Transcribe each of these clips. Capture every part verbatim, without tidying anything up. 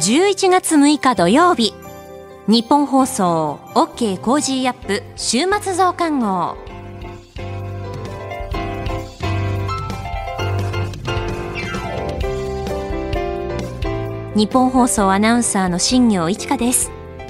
じゅういちがつむいか土曜日、日本放送 OK コージーアップ週末増刊号。日本放送アナウンサーの新業一華です。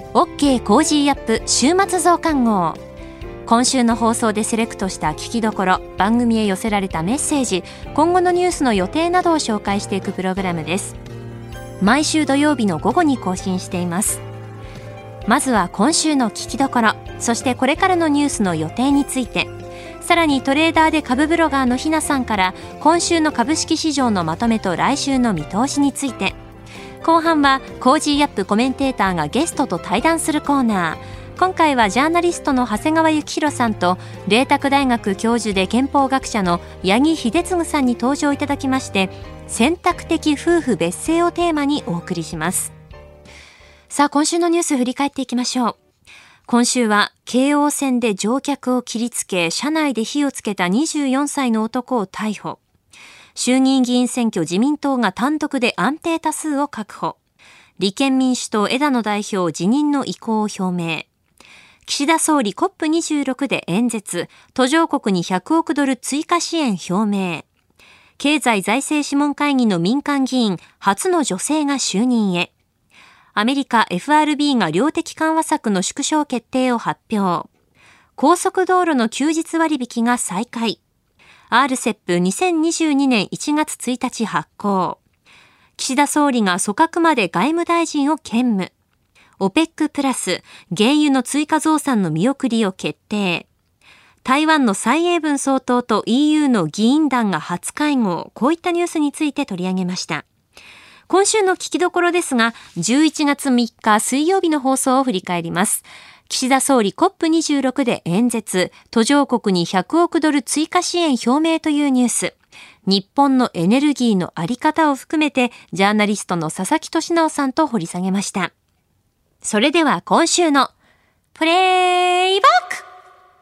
OK コージーアップ週末増刊号。今週の放送でセレクトした聞きどころ、番組へ寄せられたメッセージ、今後のニュースの予定などを紹介していくプログラムです。毎週土曜日の午後に更新しています。まずは今週の聞きどころ、そしてこれからのニュースの予定について、さらにトレーダーで株ブロガーのひなさんから今週の株式市場のまとめと来週の見通しについて、後半はコージーアップコメンテーターがゲストと対談するコーナー。今回はジャーナリストの長谷川幸宏さんと麗澤大学教授で憲法学者の八木秀次さんに登場いただきまして、選択的夫婦別姓をテーマにお送りします。さあ、今週のニュース振り返っていきましょう。今週は京王線で乗客を切りつけ車内で火をつけたにじゅうよんさいの男を逮捕。衆議院議員選挙、自民党が単独で安定多数を確保。立憲民主党枝野代表辞任の意向を表明。岸田総理 コップにじゅうろく で演説、途上国にひゃくおくドル追加支援表明。経済財政諮問会議の民間議員初の女性が就任へ。アメリカ エフアールビー が量的緩和策の縮小決定を発表。高速道路の休日割引が再開。アールセップにせんにじゅうにねんいちがつついたち発行。岸田総理が組閣まで外務大臣を兼務。オペック プラス原油の追加増産の見送りを決定。台湾の蔡英文総統と イーユー の議員団が初会合。こういったニュースについて取り上げました。今週の聞きどころですが、じゅういちがつみっか水曜日の放送を振り返ります。岸田総理 コップにじゅうろく で演説、途上国にひゃくおくドル追加支援表明というニュース。日本のエネルギーのあり方を含めて、ジャーナリストの佐々木俊直さんと掘り下げました。それでは今週のプレイバック。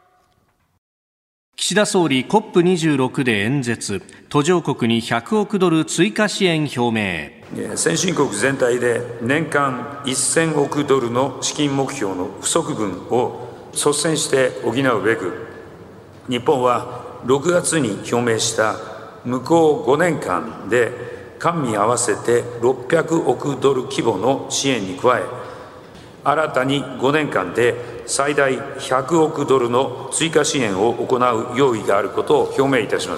岸田総理 コップにじゅうろく で演説、途上国にひゃくおくドル追加支援表明。 先進国全体で年間せんおくドルの資金目標の不足分を率先して補うべく、日本はろくがつに表明した向こうごねんかんで官民合わせてろっぴゃくおくドル規模の支援に加え、新たにごねんかんで最大ひゃくおくドルの追加支援を行う用意があることを表明いたします。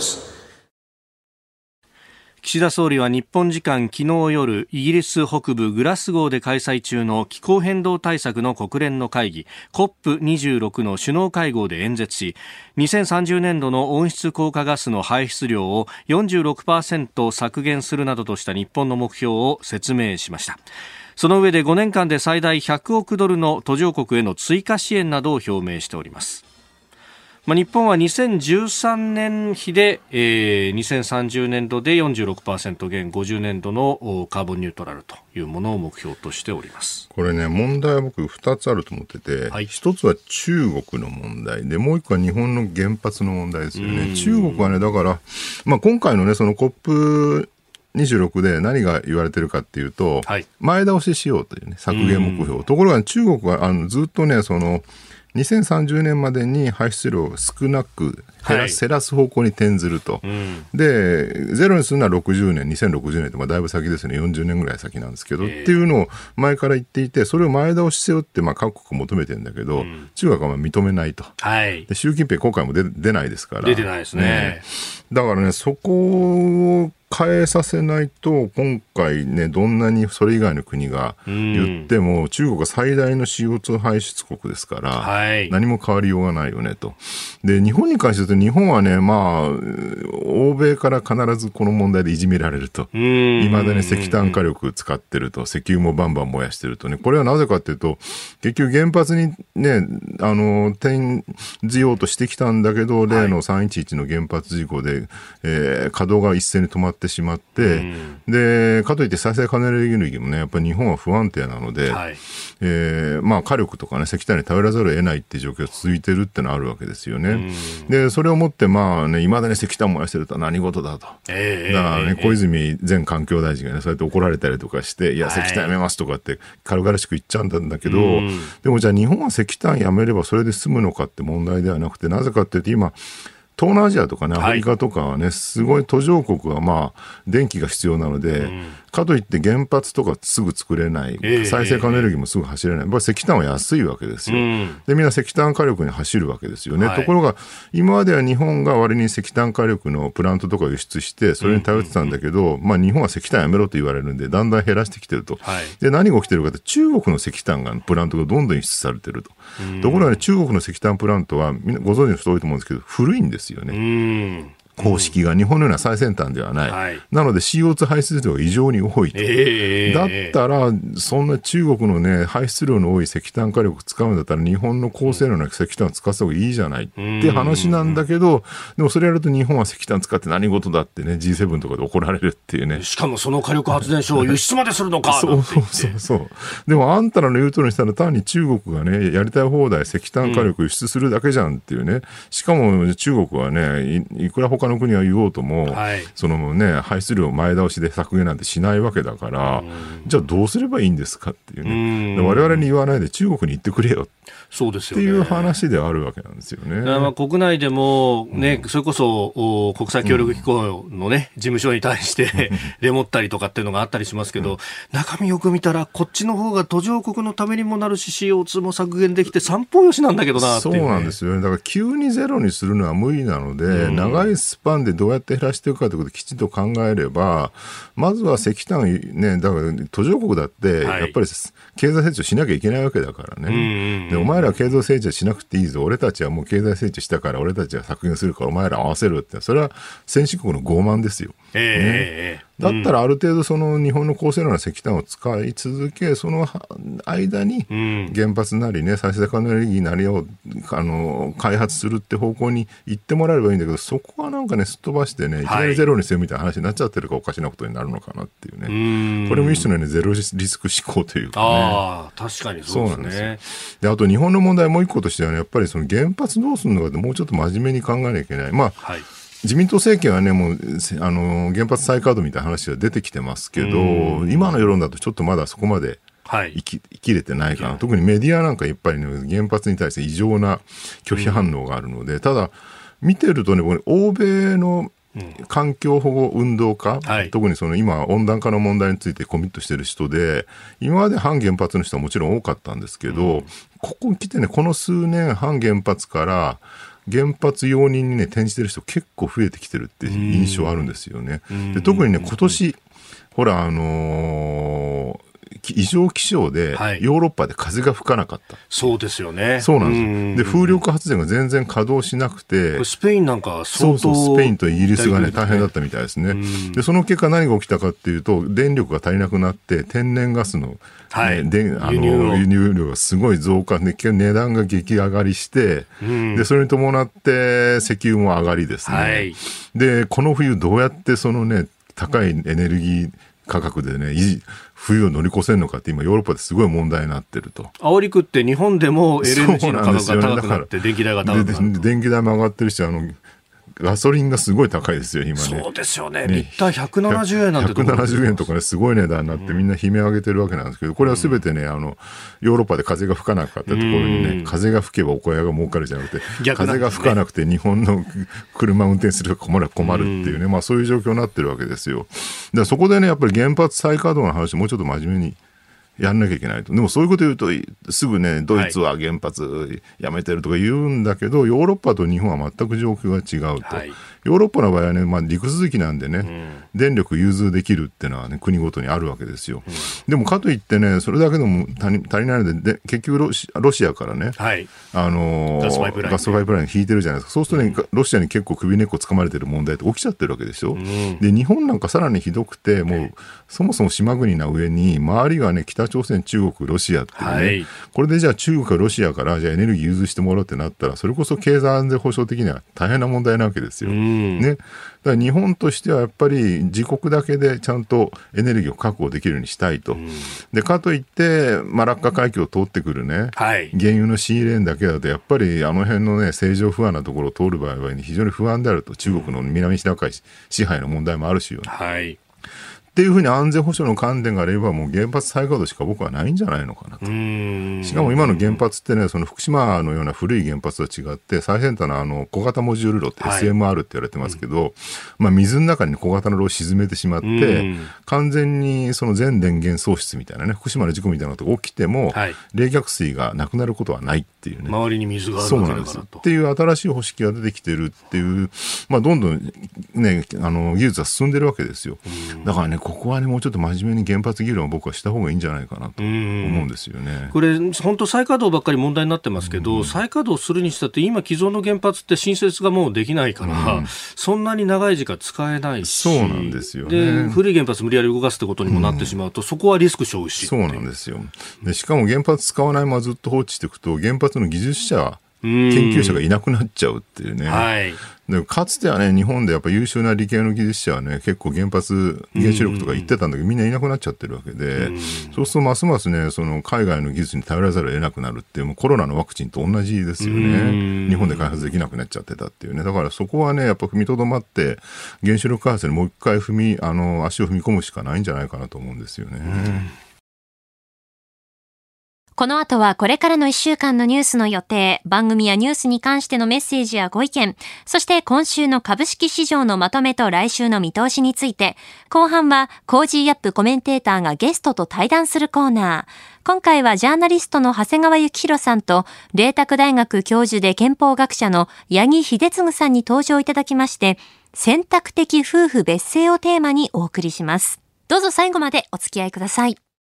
岸田総理は日本時間昨日夜、イギリス北部グラスゴーで開催中の気候変動対策の国連の会議 コップにじゅうろく の首脳会合で演説し、にせんさんじゅうねんどの温室効果ガスの排出量を よんじゅうろくパーセント 削減するなどとした日本の目標を説明しました。その上でごねんかんで最大ひゃくおくドルの途上国への追加支援などを表明しております。まあ、日本はにせんじゅうさんねん比で、えー、にせんさんじゅうねんどで よんじゅうろくパーセント 減、ごじゅうねんどのカーボンニュートラルというものを目標としております。 これね、問題は僕ふたつあると思ってて、はい、ひとつは中国の問題で、もういっこは日本の原発の問題ですよね。中国はね、だから、まあ、今回のね、その コップにじゅうろく で何が言われてるかっていうと、はい、前倒ししようというね、削減目標。ところが中国はあのずっとね、そのにせんさんじゅうねんまでに排出量を少なく減らす、はい、減らす方向に転ずると、うん、でゼロにするのはろくじゅうねん、にせんろくじゅうねんって、まあだいぶ先ですね、よんじゅうねんぐらい先なんですけど、えー、っていうのを前から言っていて、それを前倒しせよってまあ各国求めてるんだけど、うん、中国はまあ認めないと、はい、で習近平今回も 出, 出ないですから出てないですね、ね、 だからね、そこを変えさせないと、今回ね、どんなにそれ以外の国が言っても、中国は最大の シーオーツー 排出国ですから、はい、何も変わりようがないよねと。で、日本に関して言うと、日本はね、まあ、欧米から必ずこの問題でいじめられると。いまだに石炭火力使ってると、石油もバンバン燃やしてるとね。これはなぜかっていうと、結局原発にね、あの、転じようとしてきたんだけど、例のさんいちいちの原発事故で、えー、稼働が一斉に止まってしまって、うん、でかといって再生可能エネルギーもね、やっぱり日本は不安定なので、はい、えーまあ、火力とかね、石炭に頼らざるを得ないっていう状況が続いてるってのはあるわけですよね、うん、でそそれをもってまあね、未だに石炭燃やしてるとは何事だと、えー、だからね、小泉前環境大臣がねそうやって怒られたりとかして、いや石炭やめますとかって軽々しく言っちゃうんだけど、はい、でもじゃあ日本は石炭やめればそれで済むのかって問題ではなくて、なぜかっていうと今東南アジアとかね、アフリカとかはね、はい、すごい途上国はまあ電気が必要なので、うん、かといって原発とかすぐ作れない、えー、再生可能エネルギーもすぐ走れない、やっぱり石炭は安いわけですよ、うん、でみんな石炭火力に走るわけですよね、はい、ところが今までは日本が割に石炭火力のプラントとか輸出してそれに頼ってたんだけど、うんうんうん、まあ、日本は石炭やめろと言われるんでだんだん減らしてきてると、はい、で何が起きてるかって中国の石炭がプラントがどんどん輸出されてると、うん、ところが、ね、中国の石炭プラントはみんなご存知の人多いと思うんですけど古いんですよね、うん方式が日本のような最先端ではない、はい、なので シーオーツー 排出量が異常に多いと、えー、だったらそんな中国の、ね、排出量の多い石炭火力使うんだったら日本の高性能な石炭を使った方がいいじゃないって話なんだけど、でもそれやると日本は石炭使って何事だってね ジーセブン とかで怒られるっていうね、 しかもその火力発電所を輸出までするのかそうそうそうそう、でもあんたらの言う通りにしたら単に中国がねやりたい放題石炭火力輸出するだけじゃんっていうね、しかも中国はね い, いくら他の国は言おうともはい、そのね、排出量を前倒しで削減なんてしないわけだから、じゃあどうすればいいんですかっていうね、う我々に言わないで中国に言ってくれよそうですよね、 っていう話であるわけなんですよね。 まあ国内でも、ねうん、それこそ国際協力機構の、ねうん、事務所に対してデモったりとかっていうのがあったりしますけど、うん、中身よく見たらこっちの方が途上国のためにもなるし シーオーツー も削減できて三方よしなんだけどなっていう、ね、 そうなんですよね。だから急にゼロにするのは無理なので、うん、長いスパンでどうやって減らしていくかということをきちんと考えれば、まずは石炭ね、だから途上国だってやっぱり経済成長しなきゃいけないわけだからね、はい、でお前ら経済成長しなくていいぞ、俺たちはもう経済成長したから俺たちは削減するからお前ら合わせるって、それは先進国の傲慢ですよ、えーね、だったらある程度その日本の高性能な石炭を使い続け、その間に原発なりね再生可能エネルギーなりをあの開発するって方向に行ってもらえればいいんだけど、そこはなんかねすっ飛ばしてねいきなりゼロにせよみたいな話になっちゃってるからおかしなことになるのかなっていうね、うんこれも一種の、ね、ゼロリスク思考というかね。 あ確かにそうですね。そうなんですよ。 であと日本の問題もう一個としてはね、やっぱりその原発どうするのかってもうちょっと真面目に考えなきゃいけない。まあ、はい自民党政権はねもうあの原発再稼働みたいな話は出てきてますけど、今の世論だとちょっとまだそこまで生き、はい、生きれてないかな。特にメディアなんかやっぱりね原発に対して異常な拒否反応があるので、ただ見てるとね欧米の環境保護運動家、うんはい、特にその今温暖化の問題についてコミットしてる人で、今まで反原発の人はもちろん多かったんですけど、うん、ここに来てねこの数年反原発から原発容認にね転じてる人結構増えてきてるって印象あるんですよね。で特にね今年ほらあのー異常気象でヨーロッパで風が吹かなかった、はい、そうですよね。そうなんですよ。で風力発電が全然稼働しなくて、 スペインなんか相当そうそうスペインとイギリスがね大変だったみたいですね。でその結果何が起きたかっていうと電力が足りなくなって天然ガスの、ねはい、であの輸入輸入量がすごい増加で値段が激上がりして、でそれに伴って石油も上がりですね、はい、でこの冬どうやってそのね高いエネルギー価格でね冬を乗り越せるのかって今ヨーロッパですごい問題になってると。 煽り食って日本でも エルエヌジー の価格が高くなって電気代が高くなると。 電気代も上がってるしあのガソリンがすごい高いですよ今ね。 そうですよね。リッターひゃくななじゅうえんなんてところひゃくななじゅうえんとかねすごい値段になってみんな悲鳴を上げてるわけなんですけど、これはすべてねあのヨーロッパで風が吹かなかったところにね、風が吹けばお小屋が儲かるじゃなくて、風が吹かなくて日本の車を運転するから困るっていうね、まあそういう状況になってるわけですよ。でそこでねやっぱり原発再稼働の話もうちょっと真面目にやんなきゃいけないと。でもそういうこと言うとすぐねドイツは原発やめてるとか言うんだけど、はい、ヨーロッパと日本は全く状況が違うと、はい、ヨーロッパの場合はね、まあ、陸続きなんでね、うん、電力融通できるっていうのはね国ごとにあるわけですよ、うん、でもかといってねそれだけでも足り、足りないの で, で結局ロ シ, ロシアからね、はいあのー、ガスパイプライン、ガスパイプライン引いてるじゃないですか。そうするとね、うん、ロシアに結構首根っこつかまれてる問題って起きちゃってるわけでしょ、うん、で日本なんかさらにひどくてもう、はい、そもそも島国な上に周りがね北北朝鮮、中国、ロシアっていうね、はい、これでじゃあ中国かロシアからじゃあエネルギー融通してもらうってなったら、それこそ経済安全保障的には大変な問題なわけですよ。ね、だから日本としてはやっぱり自国だけでちゃんとエネルギーを確保できるようにしたいと。でかといって、マラッカ海峡を通ってくるね、はい、原油のシーレーンだけだとやっぱりあの辺のね政情不安なところを通る場合は非常に不安であると。中国の南シナ海支配の問題もあるしよね、はい、っていうふうに安全保障の観点があればもう原発再稼働しか僕はないんじゃないのかなと。しかも今の原発ってね、その福島のような古い原発と違って最先端のあの小型モジュール炉って エスエムアール って言われてますけど、はい、まあ、水の中に小型の炉を沈めてしまって完全にその全電源喪失みたいなね、福島の事故みたいなことが起きても、はい、冷却水がなくなることはないっていうね、 周りに水があるわけだからとっていう新しい方式が出てきてるっていう、まあ、どんどん、ね、あの技術が進んでるわけですよ。だからね、ここはねもうちょっと真面目に原発議論を僕はした方がいいんじゃないかなと思うんですよね。 これ本当再稼働ばっかり問題になってますけど、うん、再稼働するにしたって今既存の原発って新設がもうできないから、うん、そんなに長い時間使えないし、 そうなんですよね。 で古い原発無理やり動かすってことにもなってしまうと、うん、そこはリスク背負うし、 そうなんですよ。でしかも原発使わないままずっと放置していくと原発の技術者研究者がいなくなっちゃうっていうね、はい、でかつてはね日本でやっぱ優秀な理系の技術者はね結構原発原子力とか言ってたんだけどみんないなくなっちゃってるわけで、そうするとますますねその海外の技術に頼らざるを得なくなるっていう、もうコロナのワクチンと同じですよね。日本で開発できなくなっちゃってたっていうね。だからそこはねやっぱ踏みとどまって原子力開発にもう一回踏みあの足を踏み込むしかないんじゃないかなと思うんですよね。 この後はこれからのいっしゅうかんのニュースの予定、番組やニュースに関してのメッセージやご意見、そして今週の株式市場のまとめと来週の見通しについて、後半はコージーアップコメンテーターがゲストと対談するコーナー。今回はジャーナリストの長谷川幸宏さんと、麗澤大学教授で憲法学者の八木秀次さんに登場いただきまして、選択的夫婦別姓をテーマにお送りします。どうぞ最後までお付き合いください。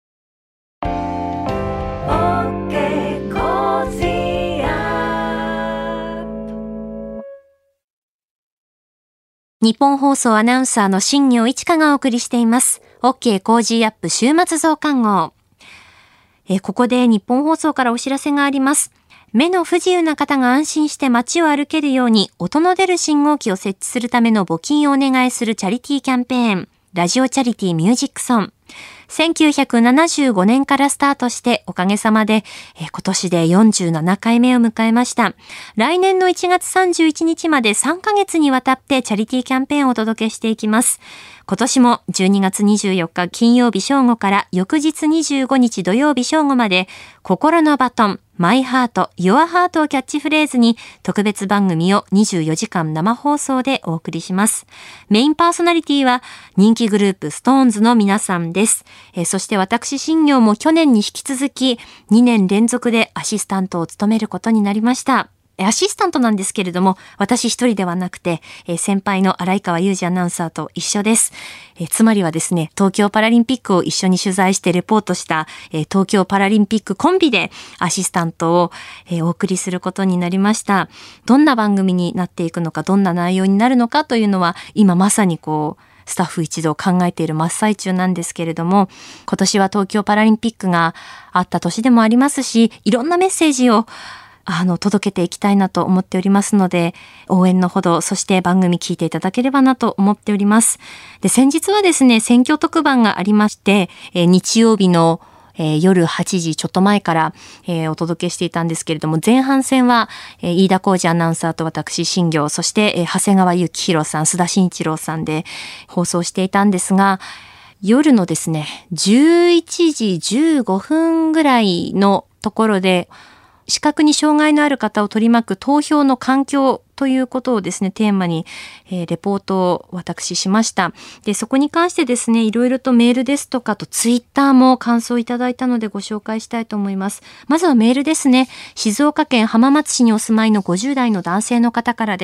日本放送アナウンサーの新業一華がお送りしています。OK コージーアップ週末増刊号。え、ここで日本放送からお知らせがあります。目の不自由な方が安心して街を歩けるように音の出る信号機を設置するための募金をお願いするチャリティーキャンペーン、ラジオチャリティーミュージックソン。せんきゅうひゃくななじゅうごねんからスタートしておかげさまで、えー、今年でよんじゅうななかいめを迎えました。来年のいちがつさんじゅういちにちまでさんかげつにわたってチャリティーキャンペーンをお届けしていきます。今年もじゅうにがつにじゅうよっか金曜日正午から翌日にじゅうごにち土曜日正午まで、心のバトン、マイハート、ヨアハートをキャッチフレーズに特別番組をにじゅうよじかん生放送でお送りします。メインパーソナリティは人気グループストーンズの皆さんです。えー、そして私新業も去年に引き続きにねん連続でアシスタントを務めることになりました。アシスタントなんですけれども、私一人ではなくて、え先輩の荒井川裕二アナウンサーと一緒です。えつまりはですね、東京パラリンピックを一緒に取材してレポートした、え東京パラリンピックコンビでアシスタントを、えお送りすることになりました。どんな番組になっていくのか、どんな内容になるのかというのは、今まさにこう、スタッフ一同考えている真っ最中なんですけれども、今年は東京パラリンピックがあった年でもありますし、いろんなメッセージをあの、届けていきたいなと思っておりますので、応援のほど、そして番組聞いていただければなと思っております。で、先日はですね、選挙特番がありまして、えー、日曜日のえー、夜はちじちょっと前から、えー、お届けしていたんですけれども、前半戦は、えー、飯田浩二アナウンサーと私新業、そして、えー、長谷川幸宏さん、須田慎一郎さんで放送していたんですが、夜のですね、じゅういちじじゅうごふんぐらいのところで、視覚に障害のある方を取り巻く投票の環境ということをですね、テーマに、えー、レポートを私しました。で、そこに関してですね、いろいろとメールですとかとツイッターも感想いただいたのでご紹介したいと思います。まずはメールですね。静岡県浜松市にお住まいのごじゅうだいの男性の方からです。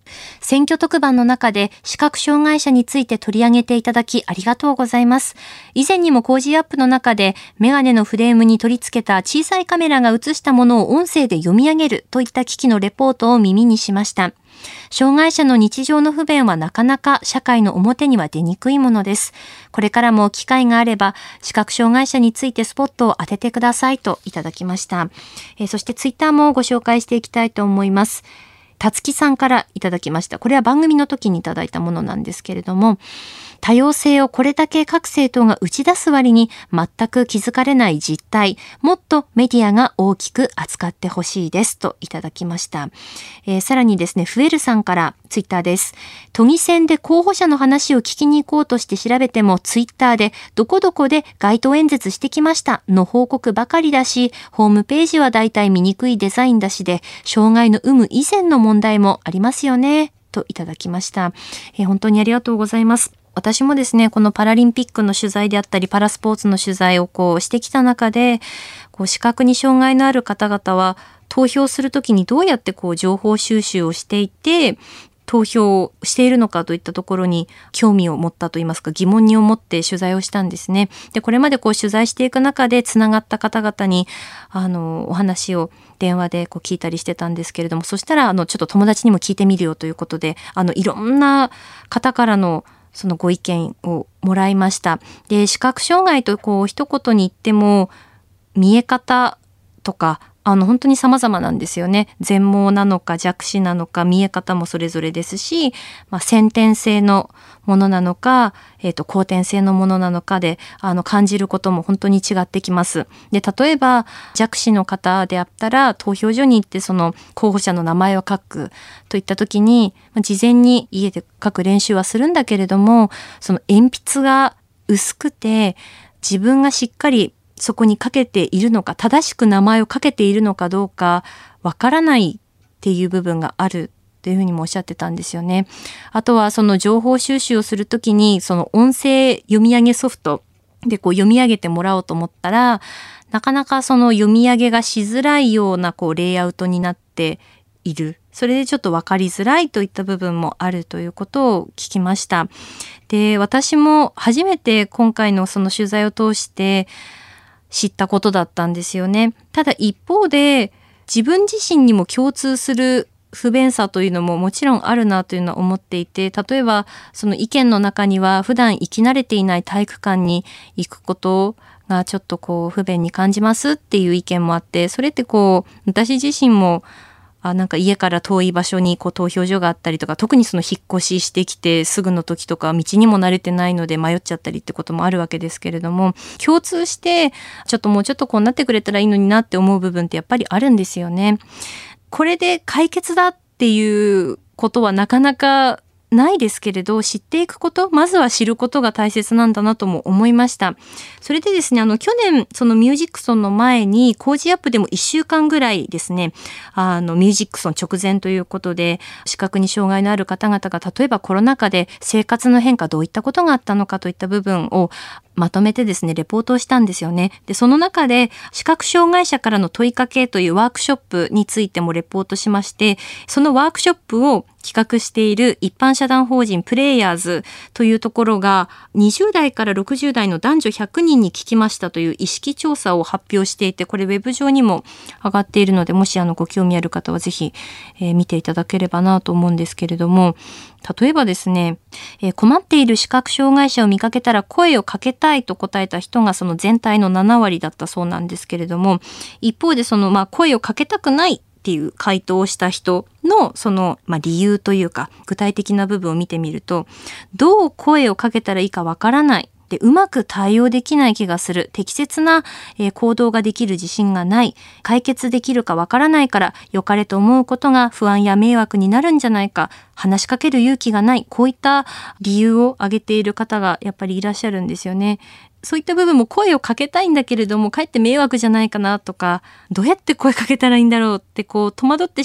選挙特番の中で視覚障害者について取り上げていただきありがとうございます。以前にもコージーアップの中でメガネのフレームに取り付けた小さいカメラが映したものを音声で読み上げるといった機器のレポートを耳にしました。障害者の日常の不便はなかなか社会の表には出にくいものです。これからも機会があれば視覚障害者についてスポットを当ててくださいといただきました。えー、そしてツイッターもご紹介していきたいと思います。たつきさんからいただきました。これは番組の時にいただいたものなんですけれども、多様性をこれだけ各政党が打ち出す割に全く気づかれない実態、もっとメディアが大きく扱ってほしいですといただきました。えー、さらにですね、フエルさんからツイッターです。都議選で候補者の話を聞きに行こうとして調べてもツイッターでどこどこで街頭演説してきましたの報告ばかりだし、ホームページはだいたい見にくいデザインだしで、障害の有無以前の問題もありますよねといただきました。えー、本当にありがとうございます。私もですね、このパラリンピックの取材であったり、パラスポーツの取材をこうしてきた中で、こう視覚に障害のある方々は投票するときにどうやってこう情報収集をしていて、投票をしているのかといったところに興味を持ったといいますか、疑問に思って取材をしたんですね。で、これまでこう取材していく中でつながった方々に、あの、お話を電話でこう聞いたりしてたんですけれども、そしたら、あの、ちょっと友達にも聞いてみるよということで、あの、いろんな方からのそのご意見をもらいました。で、視覚障害とこう一言に言っても見え方とかあの本当に様々なんですよね。全盲なのか弱視なのか見え方もそれぞれですし、まあ、先天性のものなのか、えっと、後天性のものなのかであの感じることも本当に違ってきます。で、例えば弱視の方であったら投票所に行ってその候補者の名前を書くといった時に、事前に家で書く練習はするんだけれども、その鉛筆が薄くて自分がしっかりそこにかけているのか、正しく名前をかけているのかどうかわからないっていう部分があるというふうにもおっしゃってたんですよね。あとはその情報収集をするときにその音声読み上げソフトでこう読み上げてもらおうと思ったら、なかなかその読み上げがしづらいようなこうレイアウトになっている。それでちょっと分かりづらいといった部分もあるということを聞きました。で、私も初めて今回のその取材を通して知ったことだったんですよね。ただ一方で自分自身にも共通する不便さというのももちろんあるなというのは思っていて、例えばその意見の中には普段行き慣れていない体育館に行くことがちょっとこう不便に感じますっていう意見もあって、それってこう私自身もあなんか家から遠い場所にこう投票所があったりとか、特にその引っ越ししてきてすぐの時とか道にも慣れてないので迷っちゃったりってこともあるわけですけれども、共通してちょっともうちょっとこうなってくれたらいいのになって思う部分ってやっぱりあるんですよね。これで解決だっていうことはなかなかないですけれど、知っていくこと、まずは知ることが大切なんだなとも思いました。それでですね、あの去年そのミュージックソンの前にコージーアップでもいっしゅうかんぐらいですね、あのミュージックソン直前ということで視覚に障害のある方々が例えばコロナ禍で生活の変化どういったことがあったのかといった部分をまとめてですねレポートをしたんですよね。で、その中で視覚障害者からの問いかけというワークショップについてもレポートしまして、そのワークショップを企画している一般社団法人プレイヤーズというところがにじゅうだいからろくじゅうだいの男女ひゃくにんに聞きましたという意識調査を発表していて、これウェブ上にも上がっているので、もしあのご興味ある方はぜひ、えー、見ていただければなと思うんですけれども、例えばですね、えー、困っている視覚障害者を見かけたら声をかけたいと答えた人がその全体のななわりだったそうなんですけれども、一方でそのまあ声をかけたくないっていう回答をした人のそのまあ理由というか具体的な部分を見てみると、どう声をかけたらいいかわからない。で、うまく対応できない気がする。適切な、えー、行動ができる自信がない。解決できるかわからないから良かれと思うことが不安や迷惑になるんじゃないか。話しかける勇気がない。こういった理由を挙げている方がやっぱりいらっしゃるんですよね。そういった部分も声をかけたいんだけれども、かえって迷惑じゃないかなとか、どうやって声かけたらいいんだろうってこう戸惑ってしまって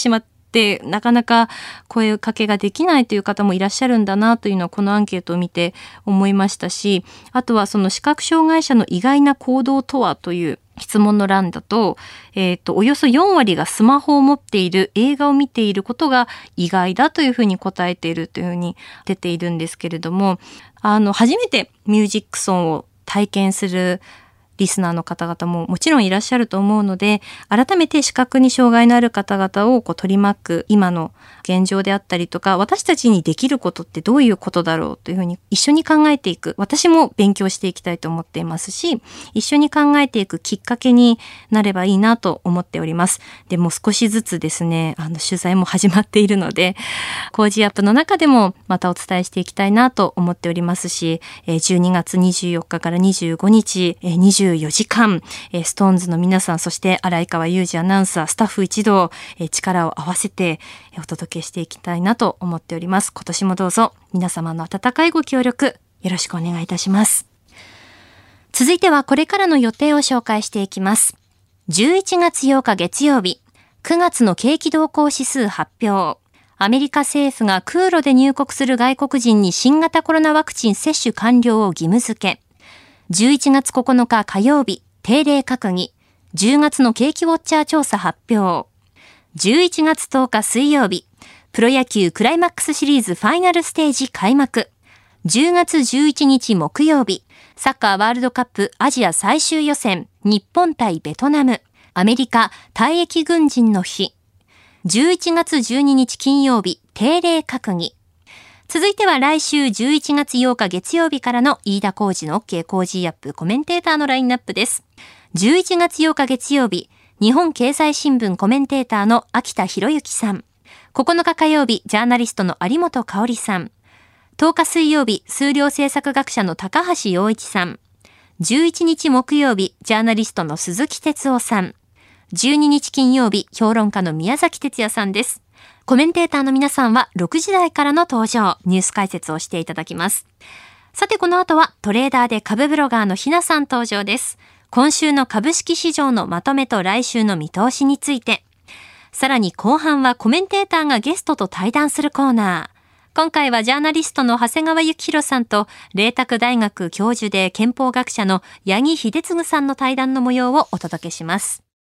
ってなかなか声かけができないという方もいらっしゃるんだなというのはこのアンケートを見て思いましたし、あとはその視覚障害者の意外な行動とはという質問の欄だと、えっと、およそよんわりがスマホを持っている、映画を見ていることが意外だというふうに答えているというふうに出ているんですけれども、あの、初めてミュージックソンを体験するリスナーの方々ももちろんいらっしゃると思うので、改めて視覚に障害のある方々をこう取り巻く今の現状であったりとか、私たちにできることってどういうことだろうというふうに一緒に考えていく、私も勉強していきたいと思っていますし、一緒に考えていくきっかけになればいいなと思っております。でも少しずつですね、あの取材も始まっているので、コージーアップの中でもまたお伝えしていきたいなと思っておりますし、じゅうにがつにじゅうよっかからにじゅうごにち、にじゅうよじかん、ストーンズの皆さん、そして荒井川裕二アナウンサー、スタッフ一同、力を合わせてお届けしていきたいなと思っております。今年もどうぞ皆様の温かいご協力よろしくお願いいたします。続いてはこれからの予定を紹介していきます。じゅういちがつようか月曜日、くがつの景気動向指数発表。アメリカ政府が空路で入国する外国人に新型コロナワクチン接種完了を義務付け。じゅういちがつここのか火曜日、定例閣議。じゅうがつの景気ウォッチャー調査発表。じゅういちがつとおか水曜日、プロ野球クライマックスシリーズファイナルステージ開幕。じゅうがつじゅういちにち木曜日、サッカーワールドカップアジア最終予選、日本対ベトナム。アメリカ退役軍人の日。じゅういちがつじゅうににち金曜日、定例閣議。続いては来週じゅういちがつようか月曜日からの飯田浩司の OK コージーアップコメンテーターのラインナップです。じゅういちがつようか月曜日、日本経済新聞コメンテーターの秋田博之さん。ここのか火曜日、ジャーナリストの有本香里さん。とおか水曜日、数量政策学者の高橋洋一さん。じゅういちにち木曜日、ジャーナリストの鈴木哲夫さん。じゅうににち金曜日、評論家の宮崎哲也さんです。コメンテーターの皆さんはろくじ台からの登場、ニュース解説をしていただきます。さてこの後はトレーダーで株ブロガーのひなさん登場です。今週の株式市場のまとめと来週の見通しについて。さらに後半はコメンテーターがゲストと対談するコーナー。今回はジャーナリストの長谷川幸宏さんと麗澤大学教授で憲法学者の八木秀次さんの対談の模様をお届けします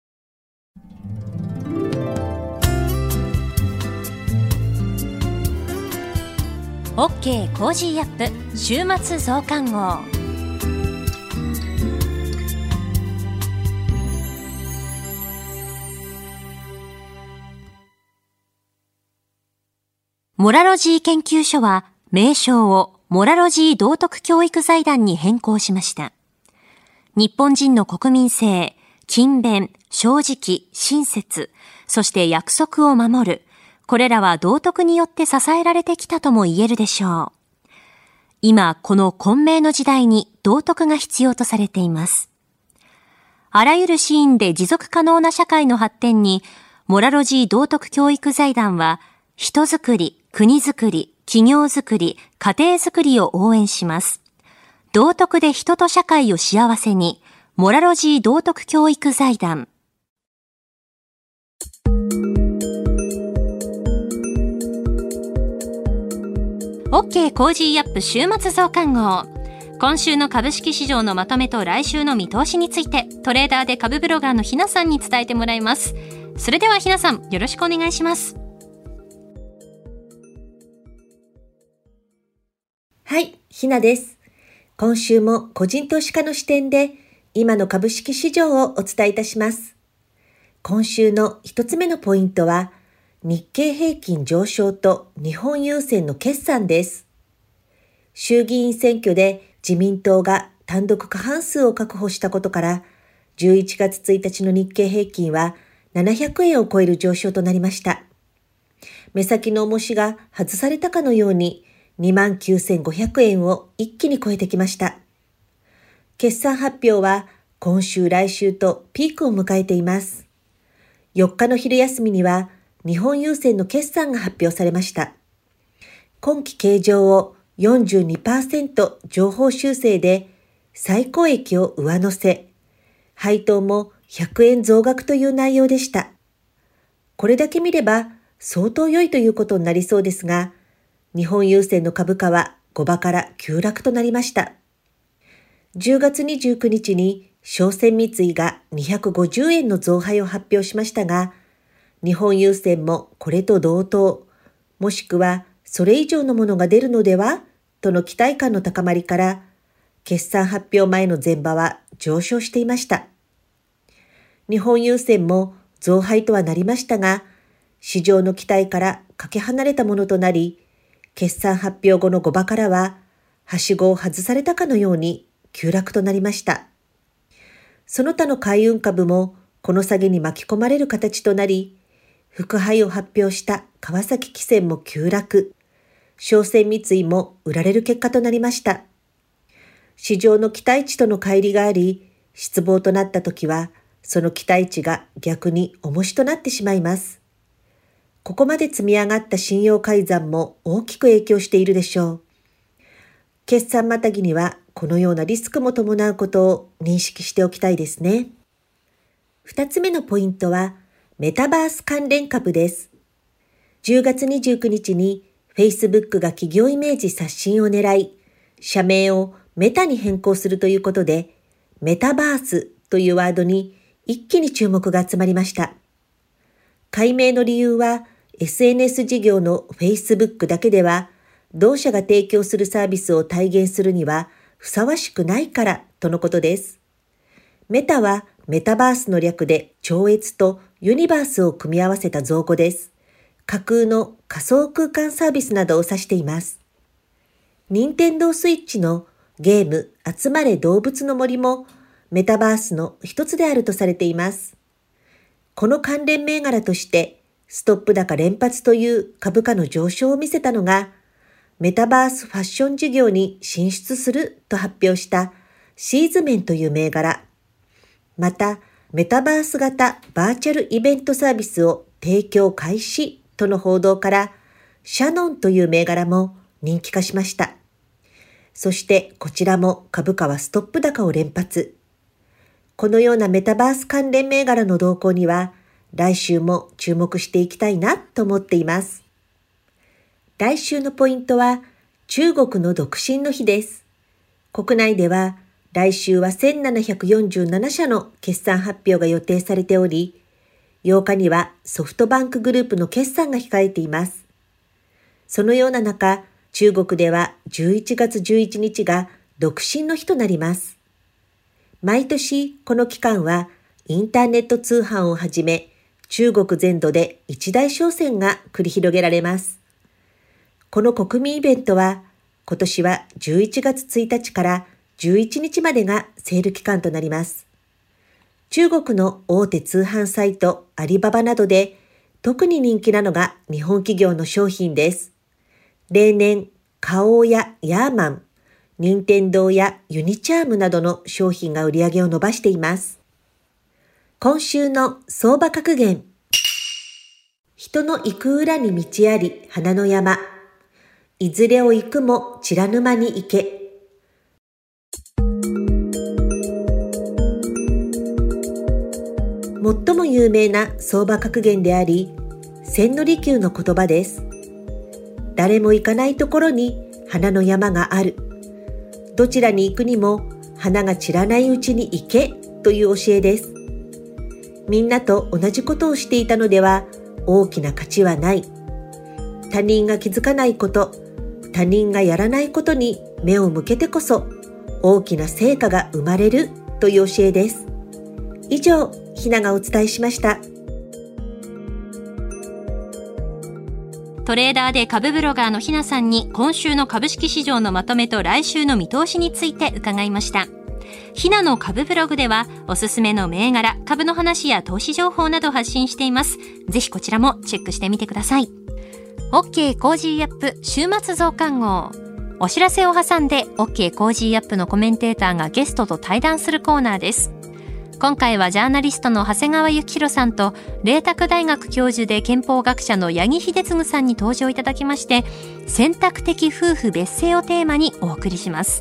。OK コージーアップ週末増刊号。モラロジー研究所は名称をモラロジー道徳教育財団に変更しました。日本人の国民性、勤勉、正直、親切、そして約束を守る。これらは道徳によって支えられてきたとも言えるでしょう。今、この混迷の時代に道徳が必要とされています。あらゆるシーンで持続可能な社会の発展に、モラロジー道徳教育財団は、人づくり、国づくり、企業づくり、家庭づくりを応援します。道徳で人と社会を幸せに、モラロジー道徳教育財団。OK コージーアップ週末増刊号。今週の株式市場のまとめと来週の見通しについて、トレーダーで株ブロガーのひなさんに伝えてもらいます。それではひなさん、よろしくお願いします。 はい、ひなです。今週も個人投資家の視点で今の株式市場をお伝えいたします。今週の一つ目のポイントは、日経平均上昇と日本郵船の決算です。衆議院選挙で自民党が単独過半数を確保したことから、じゅういちがつついたちの日経平均はななひゃくえんを超える上昇となりました。目先の重しが外されたかのようににまんきゅうせんごひゃくえんを一気に超えてきました。決算発表は今週来週とピークを迎えています。よっかの昼休みには日本郵船の決算が発表されました。今期計上を よんじゅうにパーセント 上方修正で最高益を上乗せ、配当もひゃくえん増額という内容でした。これだけ見れば相当良いということになりそうですが、日本郵船の株価は後場から急落となりました。じゅうがつにじゅうくにちに商船三井がにひゃくごじゅうえんの増配を発表しましたが、日本郵船もこれと同等、もしくはそれ以上のものが出るのではとの期待感の高まりから、決算発表前の前場は上昇していました。日本郵船も増配とはなりましたが、市場の期待からかけ離れたものとなり、決算発表後の後場からは、はしごを外されたかのように急落となりました。その他の海運株もこの下げに巻き込まれる形となり、復配を発表した川崎汽船も急落、商船三井も売られる結果となりました。市場の期待値との乖離があり、失望となったときは、その期待値が逆に重しとなってしまいます。ここまで積み上がった信用改ざんも大きく影響しているでしょう。決算またぎにはこのようなリスクも伴うことを認識しておきたいですね。二つ目のポイントはメタバース関連株です。じゅうがつにじゅうくにちに Facebook が企業イメージ刷新を狙い、社名をメタに変更するということで、メタバースというワードに一気に注目が集まりました。改名の理由は エスエヌエス 事業の Facebook だけでは同社が提供するサービスを体現するにはふさわしくないからとのことです。メタはメタバースの略で超越とユニバースを組み合わせた造語です。架空の仮想空間サービスなどを指しています。任天堂スイッチのゲーム集まれ動物の森もメタバースの一つであるとされています。この関連銘柄としてストップ高連発という株価の上昇を見せたのが、メタバースファッション事業に進出すると発表したシーズメンという銘柄。また、メタバース型バーチャルイベントサービスを提供開始との報道から、シャノンという銘柄も人気化しました。そしてこちらも株価はストップ高を連発。このようなメタバース関連銘柄の動向には、来週も注目していきたいなと思っています。来週のポイントは、中国の独身の日です。国内では、来週はせんななひゃくよんじゅうななしゃの決算発表が予定されており、ようかにはソフトバンクグループの決算が控えています。そのような中、中国ではじゅういちがつじゅういちにちが独身の日となります。毎年この期間はインターネット通販をはじめ中国全土で一大商戦が繰り広げられます。この国民イベントは今年はじゅういちがつついたちからじゅういちにちまでがセール期間となります。中国の大手通販サイトアリババなどで特に人気なのが日本企業の商品です。例年、花王やヤーマン、任天堂やユニチャームなどの商品が売り上げを伸ばしています。今週の相場格言。人の行く裏に道あり花の山。いずれを行くも散ら沼に行け。最も有名な相場格言であり、千利休の言葉です。誰も行かないところに花の山がある。どちらに行くにも花が散らないうちに行けという教えです。みんなと同じことをしていたのでは大きな価値はない。他人が気づかないこと、他人がやらないことに目を向けてこそ大きな成果が生まれるという教えです。以上、ひながお伝えしました。 トレーダーで株ブロガーのひなさんに今週の株式市場のまとめと来週の見通しについて伺いました。ひなの株ブログではおすすめの銘柄、株の話や投資情報など発信しています。ぜひこちらもチェックしてみてください。 OK コージーアップ週末増刊号。お知らせを挟んで OK コージーアップのコメンテーターがゲストと対談するコーナーです。今回はジャーナリストの長谷川幸宏さんと麗澤大学教授で憲法学者の八木秀次さんに登場いただきまして、選択的夫婦別姓をテーマにお送りします。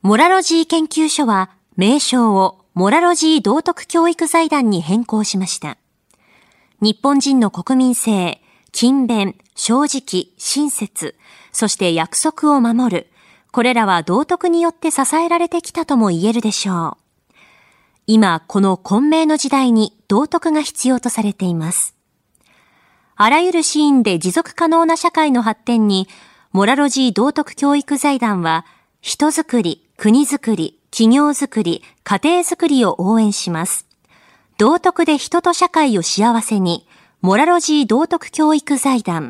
モラロジー研究所は名称をモラロジー道徳教育財団に変更しました。日本人の国民性、勤勉、正直、親切、そして約束を守る。これらは道徳によって支えられてきたとも言えるでしょう。今、この混迷の時代に道徳が必要とされています。あらゆるシーンで持続可能な社会の発展に、モラロジー道徳教育財団は、人づくり、国づくり、企業づくり、家庭づくりを応援します。道徳で人と社会を幸せに、モラロジー道徳教育財団。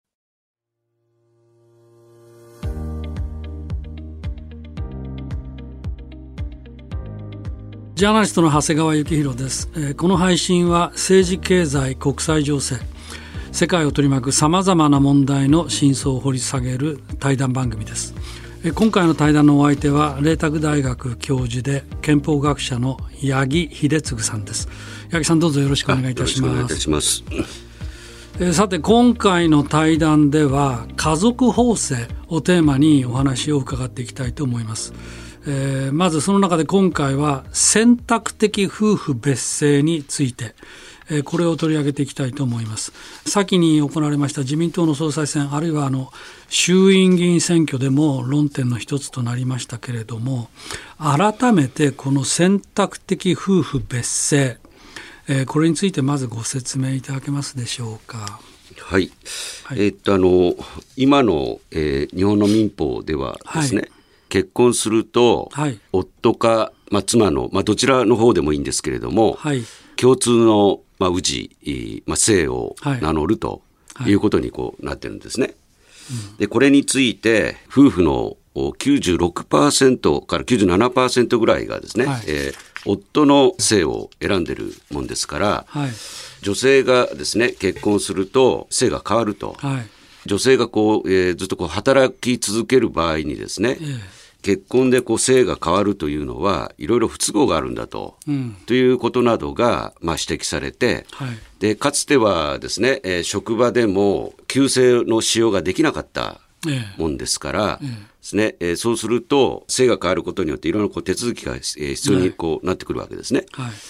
ジャーナリストの長谷川幸宏です。この配信は政治経済国際情勢世界を取り巻くさまざまな問題の真相を掘り下げる対談番組です。今回の対談のお相手は麗澤大学教授で憲法学者の八木秀次さんです。八木さん、どうぞよろしくお願いいたします。 よろしくお願いいたします。 えさて、今回の対談では家族法制をテーマにお話を伺っていきたいと思います。えー、まずその中で今回は選択的夫婦別姓について、えー、これを取り上げていきたいと思います。先に行われました自民党の総裁選、あるいはあの衆院議員選挙でも論点の一つとなりましたけれども、改めてこの選択的夫婦別姓、えー、これについてまずご説明いただけますでしょうか。 はい、はい、えー、っとあの今の、えー、日本の民法ではですね、はい、結婚すると、はい、夫か、まあ、妻の、まあ、どちらの方でもいいんですけれども、はい、共通の、まあ、氏、まあ、姓を名乗るということにこうなってるんですね、はいはい、でこれについて夫婦の きゅうじゅうろくパーセント から きゅうじゅうななパーセント ぐらいがですね、はい、えー、夫の姓を選んでるもんですから、はい、女性がですね結婚すると姓が変わると、はい、女性がこう、えー、ずっとこう働き続ける場合にですね、えー結婚でこう姓が変わるというのはいろいろ不都合があるんだと、うん、ということなどがまあ指摘されて、はい、でかつてはですね、えー、職場でも旧姓の使用ができなかったもんですから、えーですねえー、そうすると姓が変わることによっていろいろこう手続きが必要にこうなってくるわけですね、はいはい、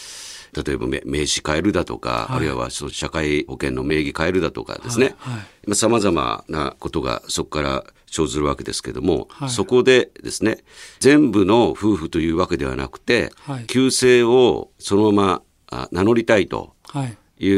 例えば名詞変えるだとか、はい、あるいは社会保険の名義変えるだとかですね、さまざまなことがそこから生ずるわけですけども、はい、そこでですね全部の夫婦というわけではなくて、はい、旧姓をそのまま名乗りたいという、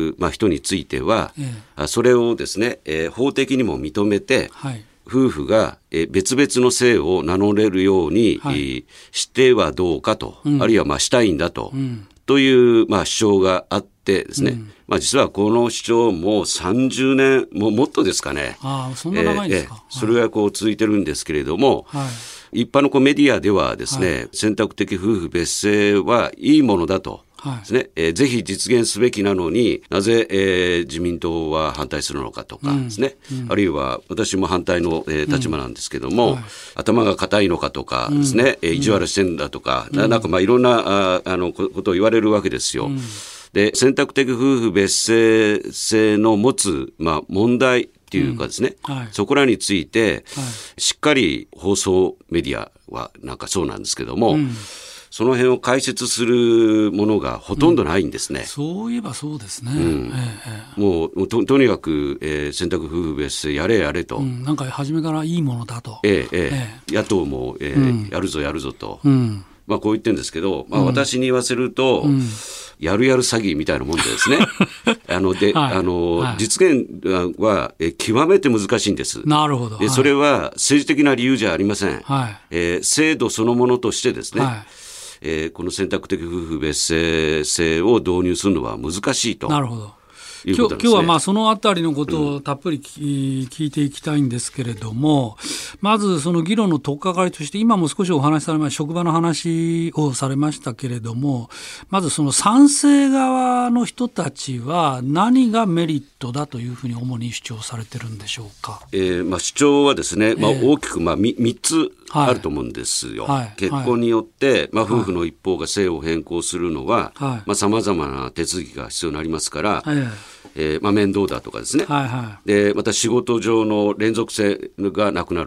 はい、まあ、人については、ええ、それをですね、えー、法的にも認めて、はい、夫婦が、えー、別々の姓を名乗れるように、はい、してはどうかと、うん、あるいはまあしたいんだと、うん、という、まあ、主張があってですね、うん、まあ、実はこの主張もさんじゅうねんももっとですかね。 ああ、そんな長いんですか。 えー、それがこう続いてるんですけれども、はい、一般のこうメディアではですね、はい、選択的夫婦別姓はいいものだとですね、はい、えー、ぜひ実現すべきなのになぜ、えー、自民党は反対するのかとかですね、うんうん、あるいは私も反対の、えー、立場なんですけども、うん、はい、頭が硬いのかとかですね、うん、えー、意地悪してんだとか、うん、な, なんかまあいろんなああのことを言われるわけですよ、うん、で選択的夫婦別姓制の持つ、まあ、問題っていうかですね、うん、はい、そこらについて、はい、しっかり放送メディアはなんかそうなんですけども、うん、その辺を解説するものがほとんどないんですね、うん、 そういえばそうですね、うん、 ええ、もう と, とにかく、えー、選択夫婦別姓やれやれと、うん、 なんか初めからいいものだと、 ええええ、野党も、えーうん、やるぞやるぞと、うん、まあ、こう言ってるんですけど、まあ、私に言わせると、うん、やるやる詐欺みたいなもんでですねあので、はい、あの、はい、実現はえ極めて難しいんです。 なるほど。 でそれは政治的な理由じゃありません、はい、えー、制度そのものとしてですね、はい、えー、この選択的夫婦別姓制を導入するのは難しいと。 なるほど。今日、今日はまあそのあたりのことをたっぷり聞いていきたいんですけれども、うん、まずその議論の取っかかりとして今も少しお話しされました職場の話をされましたけれども、まずその賛成側の人たちは何がメリットだというふうに主に主張されてるんでしょうか。 えーまあ、主張はですね、まあ、大きくまあ み, みっつあると思うんですよ、はいはい、結婚によって、まあ、夫婦の一方が姓を変更するのはさまざ、まな手続きが必要になりますから、はい、えーまあ、面倒だとかですね、はいはい、でまた仕事上の連続性がなくなると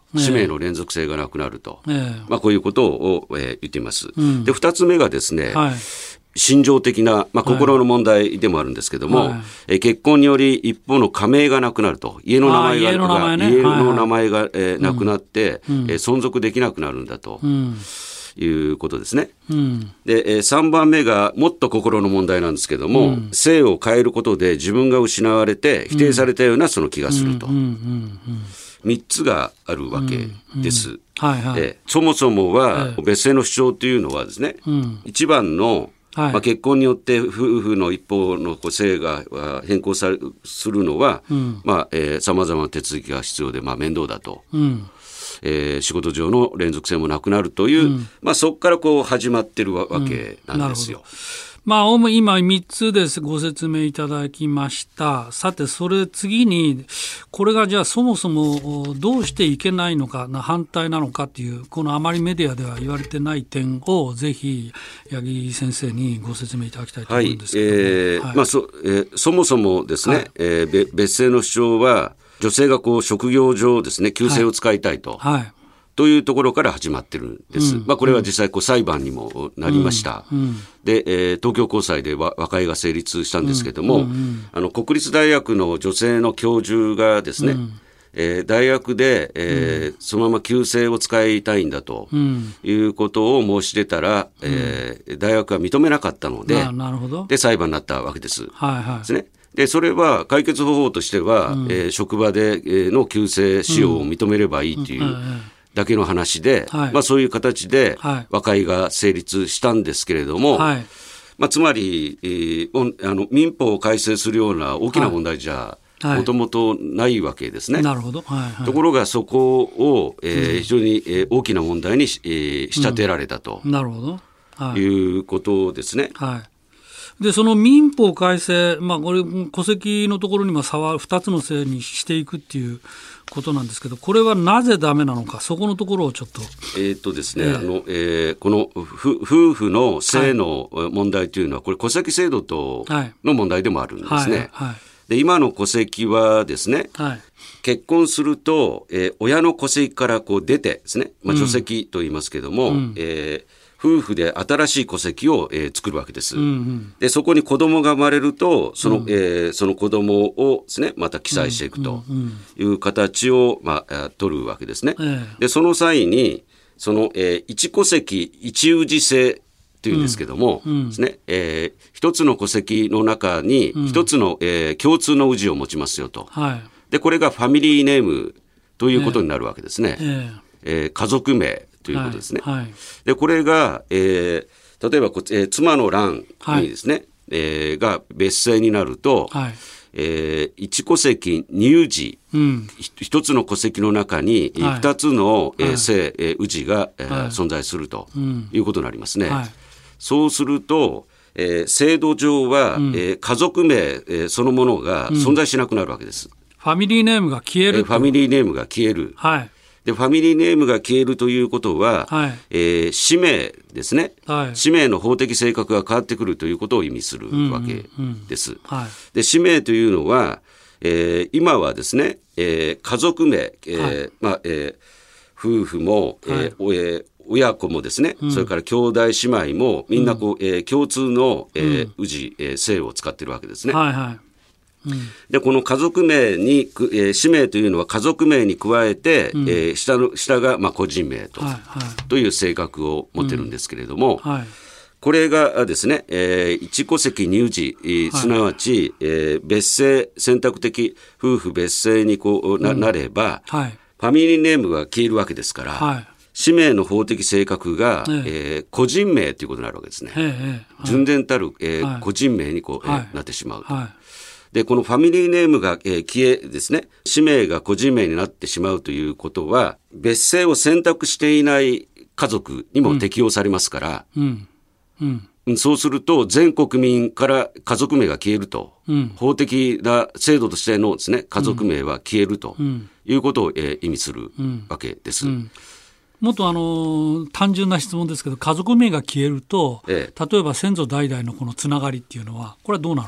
氏名の連続性がなくなると、えーまあ、こういうことを、えー、言っています、うん、でふたつめがですね、はい、心情的な、まあ、心の問題でもあるんですけども、はいえー、結婚により一方の加盟がなくなると、家の名前が、家の名前ね、家の名前が、えー、なくなって、うんえー、存続できなくなるんだと、うんいうことですね、うん、で、えー、さんばんめがもっと心の問題なんですけども、うん、性を変えることで自分が失われて否定されたようなその気がすると、みっつがあるわけです、うんうんはいはいえー、そもそもは別姓の主張というのはですね、うん、一番のはいまあ、結婚によって夫婦の一方の性が変更されするのはさまざまな手続きが必要で、まあ、面倒だと、うんえー、仕事上の連続性もなくなるという、うんまあ、そこからこう始まってるわけなんですよ。 うんまあ、今みっつですご説明いただきました。さてそれ次にこれがじゃあそもそもどうしていけないのかな反対なのかっていうこのあまりメディアでは言われてない点をぜひ八木先生にご説明いただきたいと思うんですけども、はいえーはいまあ そ, えー、そもそもですね、はいえー、別姓の主張は女性がこう職業上ですね旧姓を使いたいと、はいはいというところから始まってるんです、うんまあ、これは実際こう裁判にもなりました、うんうん、で、えー、東京高裁で和解が成立したんですけども、うんうんうん、あの国立大学の女性の教授がですね、うんえー、大学で、えーうん、そのまま旧姓を使いたいんだということを申し出たら、うんえー、大学は認めなかったので、 なるほどで裁判になったわけです、 はいはいですねでそれは解決方法としては、うんえー、職場での旧姓使用を認めればいいという、うんうんうんだけの話で、はいまあ、そういう形で和解が成立したんですけれども、はいまあ、つまり、えー、あの民法を改正するような大きな問題じゃもともとないわけですね、はい、なるほど、はいはい、ところがそこを、えー、非常に、えー、大きな問題に、えー、仕立てられたと、 うん、なるほど、 はい、いうことですね。 はいでその民法改正、まあ、これ戸籍のところにも差はふたつの姓にしていくっていうことなんですけどこれはなぜダメなのかそこのところをちょっと、 えーっとですねえーあのえー、この夫婦の姓の問題というのはこれ戸籍制度との問題でもあるんですね、はいはいはい、で今の戸籍はですね、はい、結婚すると、えー、親の戸籍からこう出てですね、まあ、除籍と言いますけども、うんえー夫婦で新しい戸籍を、えー、作るわけです、うんうん、でそこに子供が生まれるとその、うんえー、その子供をですねまた記載していくという形を、まあ、取るわけですね、うんうん、でその際にその、えー、一戸籍一氏制というんですけども、うんうんですねえー、一つの戸籍の中に一つの、えー、共通の氏を持ちますよと、はい、でこれがファミリーネームということになるわけですね、えーえー、家族名ということですね、はいはい、でこれが、えー、例えばこ、えー、妻の欄にですね、はいえー、が別姓になると、はいえー、一戸籍二氏、うん、一つの戸籍の中に二つの、はいえー、姓、えー、氏が、えーはい、存在するということになりますね、はい、そうすると、えー、制度上は、うんえー、家族名、えー、そのものが存在しなくなるわけです、うん、 ファミリーネームが消える、 えー、ファミリーネームが消える、はいでファミリーネームが消えるということは、はいえー、氏名ですね、はい、氏名の法的性格が変わってくるということを意味するわけです、うんうんうんはい、で氏名というのは、えー、今はですね、えー、家族名、えーはいまあえー、夫婦も、はいえー、親子もですね、うん、それから兄弟姉妹もみんなこう、うんえー、共通の、えーうん、氏、えー、姓を使っているわけですね、はいはいうん、でこの家族名に、えー、氏名というのは家族名に加えて、うんえー、下の下がまあ個人名 と,、はいはい、という性格を持ってるんですけれども、うんはい、これがですね、えー、一戸籍二氏、えー、すなわち、はいえー、別姓選択的夫婦別姓にこう な,、うん、なれば、はい、ファミリーネームが消えるわけですから、はい、氏名の法的性格が、えーえー、個人名ということになるわけですね、えーえー、純然たる、えーはい、個人名にこう、はいえー、なってしまうと、はいでこのファミリーネームが、えー、消えですね氏名が個人名になってしまうということは別姓を選択していない家族にも適用されますから、うんうんうん、そうすると全国民から家族名が消えると、うん、法的な制度としてのですね家族名は消えるということを、えー、意味するわけです、うんうんもっとあの単純な質問ですけど家族名が消えると、ええ、例えば先祖代々のこのつながりっていうのはこれはどうなるんですか。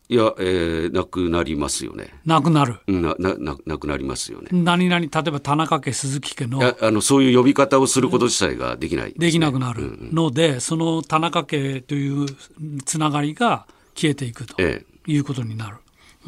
いや、えー、なくなりますよね。 なくなる。 な、な、な、なくなりますよね。 何々、例えば田中家、鈴木家の。 いや、あの、そういう呼び方をすること自体ができないですね。 できなくなるので、うんうん、その田中家というつながりが消えていくということになる。ええ、うん。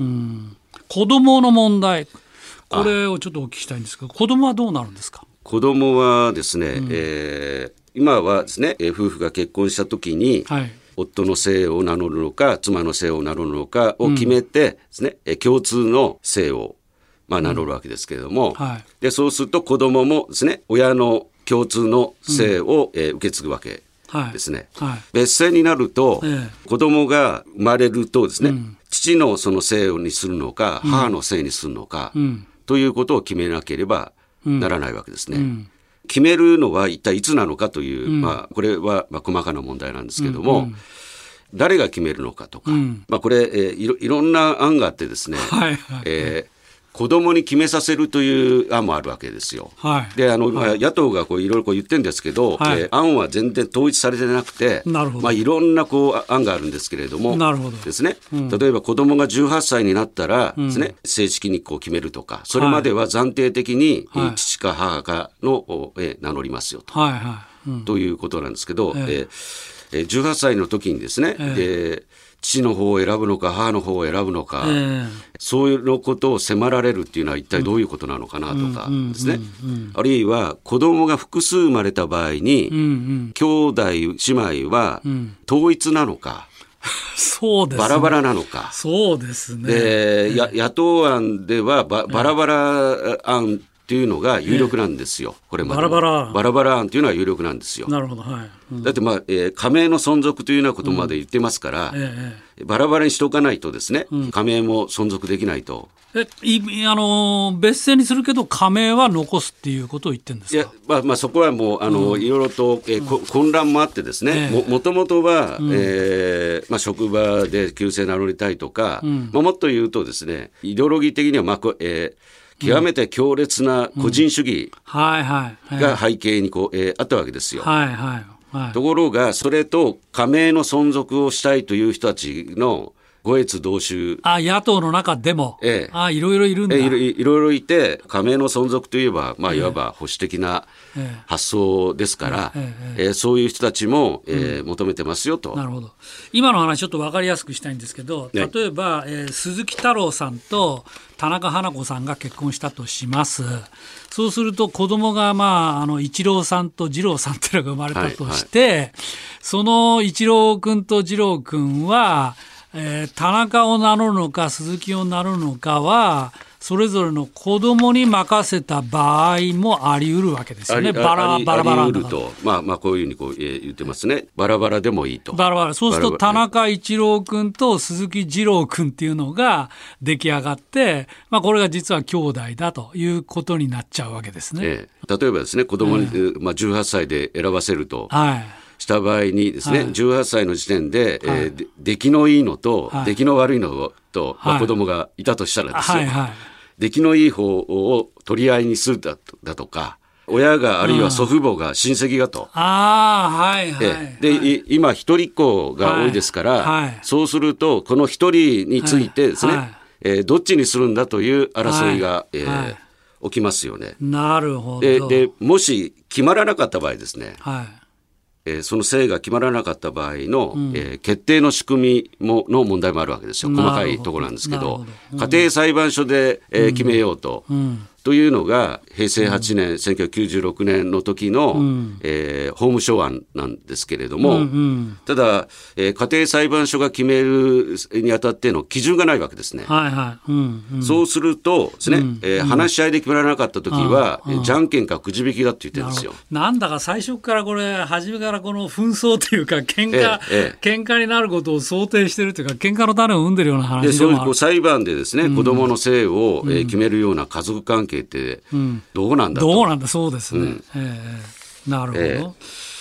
子供の問題、これをちょっとお聞きしたいんですけど、子供はどうなるんですか？ 子供はですね、うん、えー、今はですね、夫婦が結婚したときに、はい、夫の姓を名乗るのか妻の姓を名乗るのかを決めてですね、うん、共通の姓を、まあ、名乗るわけですけれども、うん、はい、でそうすると子供もですね、親の共通の姓を、うん、えー、受け継ぐわけですね、はいはい、別姓になると、ええ、子供が生まれるとですね、うん、父のその姓にするのか、うん、母の姓にするのか、うん、ということを決めなければならないわけですね、うんうん、決めるのは一体いつなのかという、うん、まあ、これはまあ細かな問題なんですけども、うんうん、誰が決めるのかとか、うん、まあ、これ、えー、いろ、いろんな案があってですね、はいはい、えー子供に決めさせるという案もあるわけですよ。はい、であの、はい、野党がこういろいろこう言ってるんですけど、はい、えー、案は全然統一されてなくて、なるほど、まあ、いろんなこう案があるんですけれども、なるほどですね、うん、例えば子供がじゅうはっさいになったらですね、うん、正式にこう決めるとか、それまでは暫定的に、はい、父か母かの、えー、名乗りますよと、はいはい、うん、ということなんですけど、えーえー、じゅうはっさいの時にですね、えーえー父の方を選ぶのか母の方を選ぶのか、えー、そういうのことを迫られるっていうのは一体どういうことなのかなとかですね、あるいは子供が複数生まれた場合に、うんうん、兄弟姉妹は統一なのか、 うん、そうですね、 バラバラなのか、 そうですね、 でや野党案ではババラバラ案っていうのが有力なんですよ、えー、これまでバラバラバラバラ案というのは有力なんですよ。 なるほど、はい、うん、 だって、まあえー、加盟の存続というようなことまで言ってますから、うん、えー、バラバラにしておかないとですね、うん、加盟も存続できないと。 えいあの別姓にするけど加盟は残すっていうことを言ってるんですか？ いや、まあまあ、そこはもうあの、うん、いろいろと、えーうん、混乱もあってですね、えー、も, もともとは、うん、えーまあ、職場で旧姓名乗りたいとか、うん、まあ、もっと言うとですね、イデオロギー的には、まあえー極めて強烈な個人主義が背景にこう、えー、あったわけですよ。はいはいはい、ところがそれと加盟の存続をしたいという人たちの五越同州、 あ野党の中でも、ええ、あいろいろいるんだ、 ええ、いろいろいて、加盟の存続といえば、まあ、いわば保守的な発想ですから、えええええー、そういう人たちも、えーうん、求めてますよと。 なるほど。今の話ちょっと分かりやすくしたいんですけど、例えば、ね、えー、鈴木太郎さんと田中花子さんが結婚したとします。そうすると子供が、まあ、あの一郎さんと二郎さんっていうのが生まれたとして、はいはい、その一郎君と二郎君はえー、田中を名乗るのか鈴木を名乗るのかはそれぞれの子供に任せた場合もあり得るわけですよね。バラバラバラあり得ると、まあ、まあこういうふうにこう、えー、言ってますね。バラバラでもいいと。 バラバラ。そうすると田中一郎君と鈴木二郎君っていうのが出来上がって、まあ、これが実は兄弟だということになっちゃうわけですね。 えー、例えばですね、子供に、えーまあ、じゅうはっさいで選ばせると。はい。した場合にですね、はい、じゅうはっさいの時点で、はい、えー、出来のいいのと、はい、出来の悪いのと、まあ、子供がいたとしたらですよ、はいはい、出来のいい方を取り合いにするだ と, だとか親があるいは祖父母が親戚がと、うん、あ、はいはい、で、はい、今一人っ子が多いですから、はいはい、そうするとこの一人についてですね、はいはい、えー、どっちにするんだという争いが、はい、えーはい、起きますよね。 なるほど。 で, でもし決まらなかった場合ですね、はい、えー、その姓が決まらなかった場合の、うん、えー、決定の仕組みもの問題もあるわけですよ。細かいところなんですけど、ど、うん、家庭裁判所で、えー、決めようと、うんうん、というのがへいせいはちねん、うん、せんきゅうひゃくきゅうじゅうろくねんの時の、うん、えー、法務省案なんですけれども、うんうん、ただ、えー、家庭裁判所が決めるにあたっての基準がないわけですね。はいはい、うんうん、そうするとですね、うん、えー、話し合いで決められなかった時は、うん、じゃんけんかくじ引きだって言ってるんですよ。 な, なんだか最初からこれ初めからこの紛争というか喧嘩、ええ、喧嘩になることを想定しているというか喧嘩の種を生んでるような話でもある。でそういうこう裁判でですね、うん、子どもの姓を、えー、決めるような家族関係って、うん、どうなんだと。 どうなんだ、そうですね、うん、えー、なるほど、えー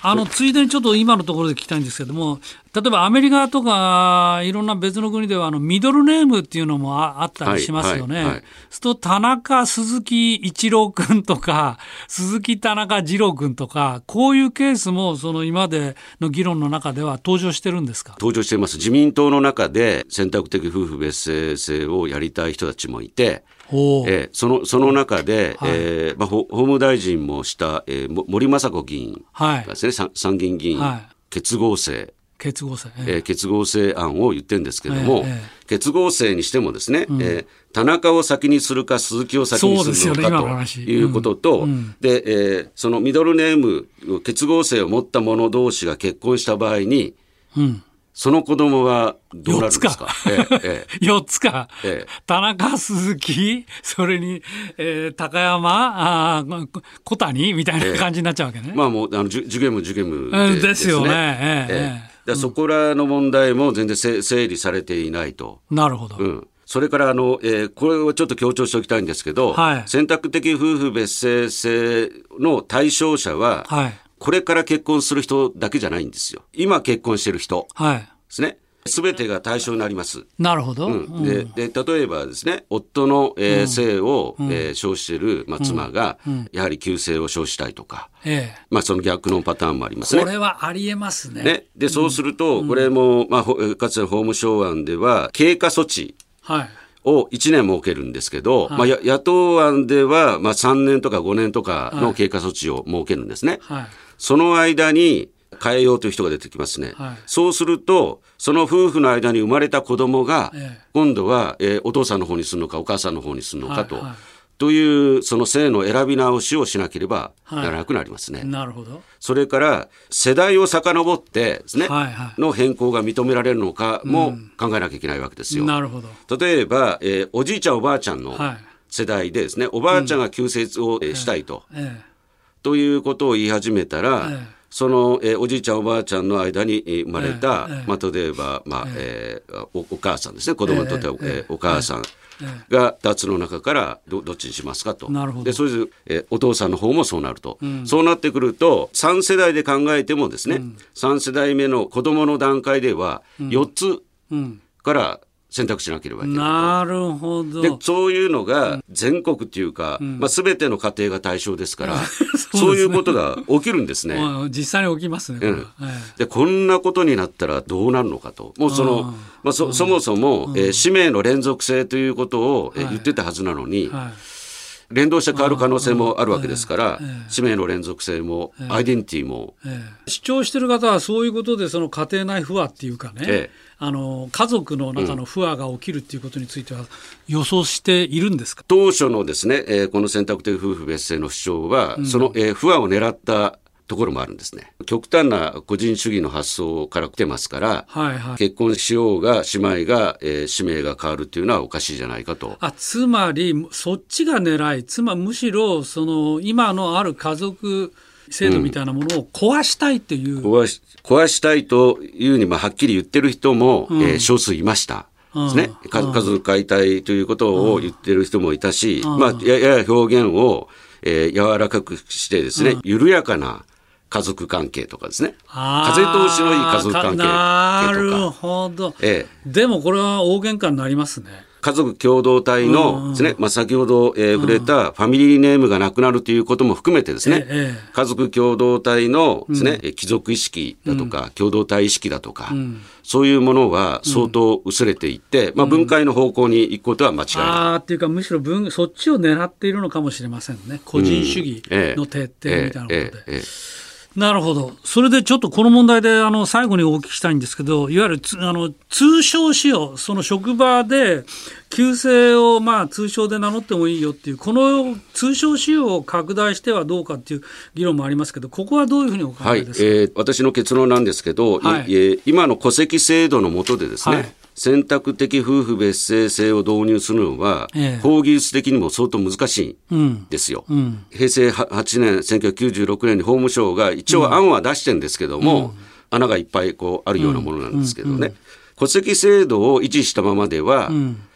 あのついでにちょっと今のところで聞きたいんですけども、例えばアメリカとかいろんな別の国ではあのミドルネームっていうのも あ, あったりしますよね。はいはいはい、すると田中鈴木一郎君とか鈴木田中二郎君とか、こういうケースもその今までの議論の中では登場してるんですか？ 登場しています。自民党の中で選択的夫婦別姓制をやりたい人たちもいて、えー、そのその中で、はい、えーまあ、法務大臣もした、えー、森雅子議員がですね、はい、参議院議員、はい、結合姓結合姓、 えー、結合姓案を言ってるんですけども、えー、結合姓にしてもですね、うん、えー、田中を先にするか鈴木を先にするのかということと、うんうん、で、えー、そのミドルネーム結合姓を持った者同士が結婚した場合に、うん、その子供はどうなるんですか？ よっつか、ええ、よっつか、ええ、田中鈴木、それに、えー、高山、あ小谷みたいな感じになっちゃうわけね。 ええ、まあもうあのジュゲムジュゲムで、 ですね。ですよね。ええええ、だそこらの問題も全然整理されていないと。 なるほど。 うん、それからあの、えー、これをちょっと強調しておきたいんですけど、はい、選択的夫婦別姓制の対象者は、はい、これから結婚する人だけじゃないんですよ。今結婚してる人ですね。はい、全てが対象になります。 なるほど。 うん、で, で例えばですね、夫の、えー、姓を、うん、えー、称している、まあ、妻が、うん、やはり旧姓を称したいとか、ええ、まあ、その逆のパターンもありますね。 これはありえますね。 ね、でそうすると、うん、これも、まあ、かつての法務省案では経過措置、はい、をいちねん設けるんですけど、はい、まあ、野党案では、まあ、さんねんとかごねんとかの経過措置を設けるんですね。はいはい、その間に変えようという人が出てきますね。はい、そうするとその夫婦の間に生まれた子供が、ええ、今度は、えー、お父さんの方にするのかお母さんの方にするのかと、はいはい、というその姓の選び直しをしなければならなくなりますね。はい、 なるほど。 それから世代を遡ってですね、はいはい、の変更が認められるのかも考えなきゃいけないわけですよ。 うん、なるほど。 例えば、えー、おじいちゃんおばあちゃんの世代でですね、はい、おばあちゃんが旧姓を、うん、したいと、ええ、ということを言い始めたら、ええ、その、えー、おじいちゃんおばあちゃんの間に生まれた、えーまあ、例えば、まあえー、お, お母さんですね、子供にとっては、えーえー、お母さんがふたつの中から ど, どっちにしますかと。 なるほど。 でそれで、えー、お父さんの方もそうなると、うん、そうなってくるとさん世代で考えてもですね、うん、さん世代目の子供の段階ではよっつから選択しなければいけない。 なるほど。 でそういうのが全国っていうか、うん、まあ、全ての家庭が対象ですから、うん、そういうことが起きるんですね。 実際に起きますね。これ、うん、 でこんなことになったらどうなるのかと。もうその、まあ、そ, そもそも、えー、氏名の連続性ということを、えー、言ってたはずなのに、はいはい、連動して変わる可能性もあるわけですから、えー、氏名の連続性も、えー、アイデンティティも、 えー、主張している方はそういうことでその家庭内不和っていうかね、えーあの家族の中の不和が起きるということについては予想しているんですか？ 当初のですね、えー、この選択的夫婦別姓の主張は、うん、その、えー、不和を狙ったところもあるんですね。極端な個人主義の発想から来てますから、はいはい、結婚しようが姉妹が、えー、氏名が変わるというのはおかしいじゃないかと。 あつまりそっちが狙い、つまりむしろその今のある家族制度みたいなものを壊したいという、うん、壊し、壊したいというにもはっきり言ってる人も、うん、えー、少数いましたですね。うん、家族解体ということを言ってる人もいたし、うん、まあ、やや表現を、えー、柔らかくしてですね、うん、緩やかな家族関係とかですね、風通しのいい家族関係とか。 なるほど、ええ、でもこれは大喧嘩になりますね。 家族共同体のですね、うん、まあ、先ほど、えー、触れたファミリーネームがなくなるということも含めてですね、ええ、家族共同体のですね、うん、貴族意識だとか、うん、共同体意識だとか、うん、そういうものは相当薄れていって、うん、まあ、分解の方向に行くことは間違いない。 あーっていうかむしろ分そっちを狙っているのかもしれませんね。個人主義の徹底みたいなことで、うんええええええなるほど。それでちょっとこの問題であの最後にお聞きしたいんですけど、いわゆるつあの通称使用、その職場で旧姓をまあ通称で名乗ってもいいよっていう、この通称使用を拡大してはどうかっていう議論もありますけど、ここはどういうふうにお考えですか？はい、えー、 私の結論なんですけど、はい、えー、今の戸籍制度の下でですね、はい、選択的夫婦別姓制を導入するのは、ええ、法技術的にも相当難しいんですよ。うんうん、平成はちねん、せんきゅうひゃくきゅうじゅうろくねんに法務省が一応案は出してるんですけども、うん、穴がいっぱいこうあるようなものなんですけどね、うんうんうん、戸籍制度を維持したままでは、うん、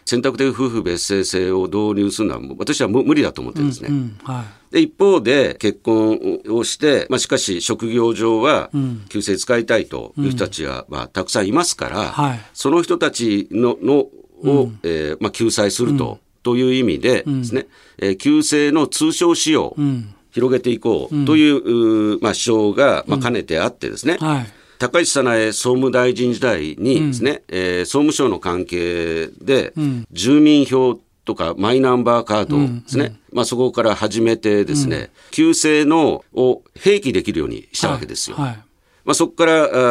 選択的夫婦別姓制を導入するのは私は無理だと思ってるんですね、うんうんはい、で一方で結婚をして、まあ、しかし職業上は旧姓使いたいという人たちは、まあ、たくさんいますから、うんはい、その人たちの、のを、うんえーまあ、救済すると、うん、という意味でですね、うんえー、旧姓の通称使用、うん広げていこうという、うんまあ、主張が、まあ、兼ねてあってですね、うんはい、高市早苗総務大臣時代にですね、うんえー、総務省の関係で、うん、住民票とかマイナンバーカードですね、うんうんまあ、そこから始めてですね、うん、旧姓のを併記できるようにしたわけですよ。はいはいまあ、そこから、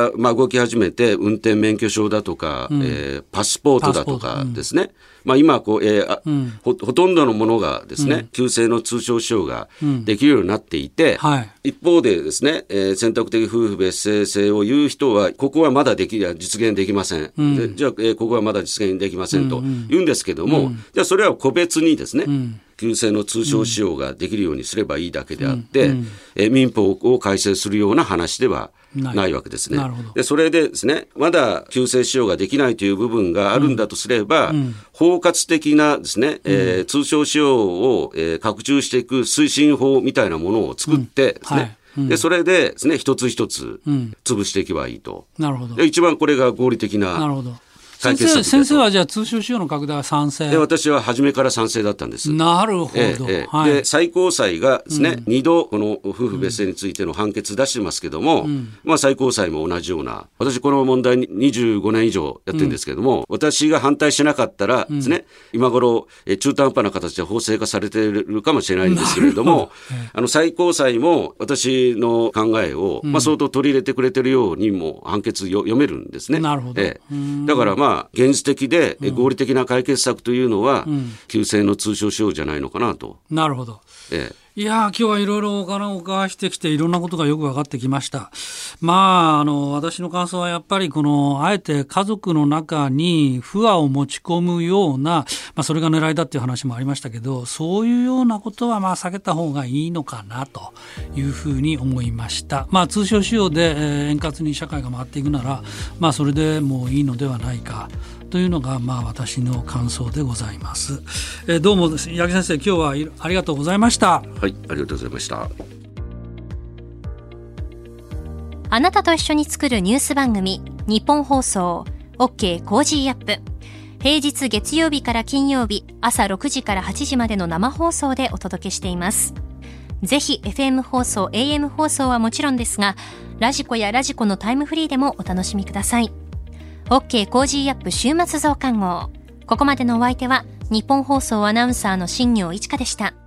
まあ、動き始めて運転免許証だとか、うんえー、パスポートだとかですね、うんまあ、今こう、えーあうん、ほ, ほとんどのものがですね、うん、旧姓の通称使用ができるようになっていて、うんはい、一方でですね、えー、選択的夫婦別姓制を言う人はここはまだでき実現できません、うん、でじゃあ、えー、ここはまだ実現できませんと言うんですけども、うんうん、じゃあそれは個別にですね、うん旧姓の通称使用ができるようにすればいいだけであって、うんうんえ民法を改正するような話ではないわけですね。でそれでですねまだ旧姓使用ができないという部分があるんだとすれば、うんうん、包括的なですね、えー、通称使用を、えー、拡充していく推進法みたいなものを作ってですね、うんはいうん、でそれでですね一つ一つ潰していけばいいと、うん、なるほどで一番これが合理的ななるほど先生, 先生はじゃあ通称使用の拡大は賛成で私は初めから賛成だったんです。 なるほど、えええはい、 で最高裁がですね、うん、にどこの夫婦別姓についての判決出してますけども、うんまあ、最高裁も同じような私この問題ににじゅうごねん以上やってるんですけども、うん、私が反対しなかったらですね、うん、今頃中途半端な形で法制化されているかもしれないんですけれどもあの最高裁も私の考えを、うんまあ、相当取り入れてくれてるようにも判決読めるんですね。 なるほど、 ええ、だからまあまあ、現実的で合理的な解決策というのは、うん、旧姓の通称使用じゃないのかなと。 なるほど、ええいや今日はいろいろお金を伺わしてきていろんなことがよく分かってきました。まああの私の感想はやっぱりこのあえて家族の中に不和を持ち込むような、まあ、それが狙いだっていう話もありましたけどそういうようなことはまあ避けた方がいいのかなというふうに思いました。まあ通称使用で、えー、円滑に社会が回っていくならまあそれでもういいのではないかというのがまあ私の感想でございます。えー、どうもですね八木先生今日はありがとうございました。 はい、ありがとうございました。 あなたと一緒に作るニュース番組日本放送 OK コージーアップ平日月曜日から金曜日朝ろくじからはちじまでの生放送でお届けしています。ぜひ エフエム 放送 エーエム 放送はもちろんですがラジコやラジコのタイムフリーでもお楽しみください。 OK コージーアップ週末増刊号ここまでのお相手は日本放送アナウンサーの新業一華でした。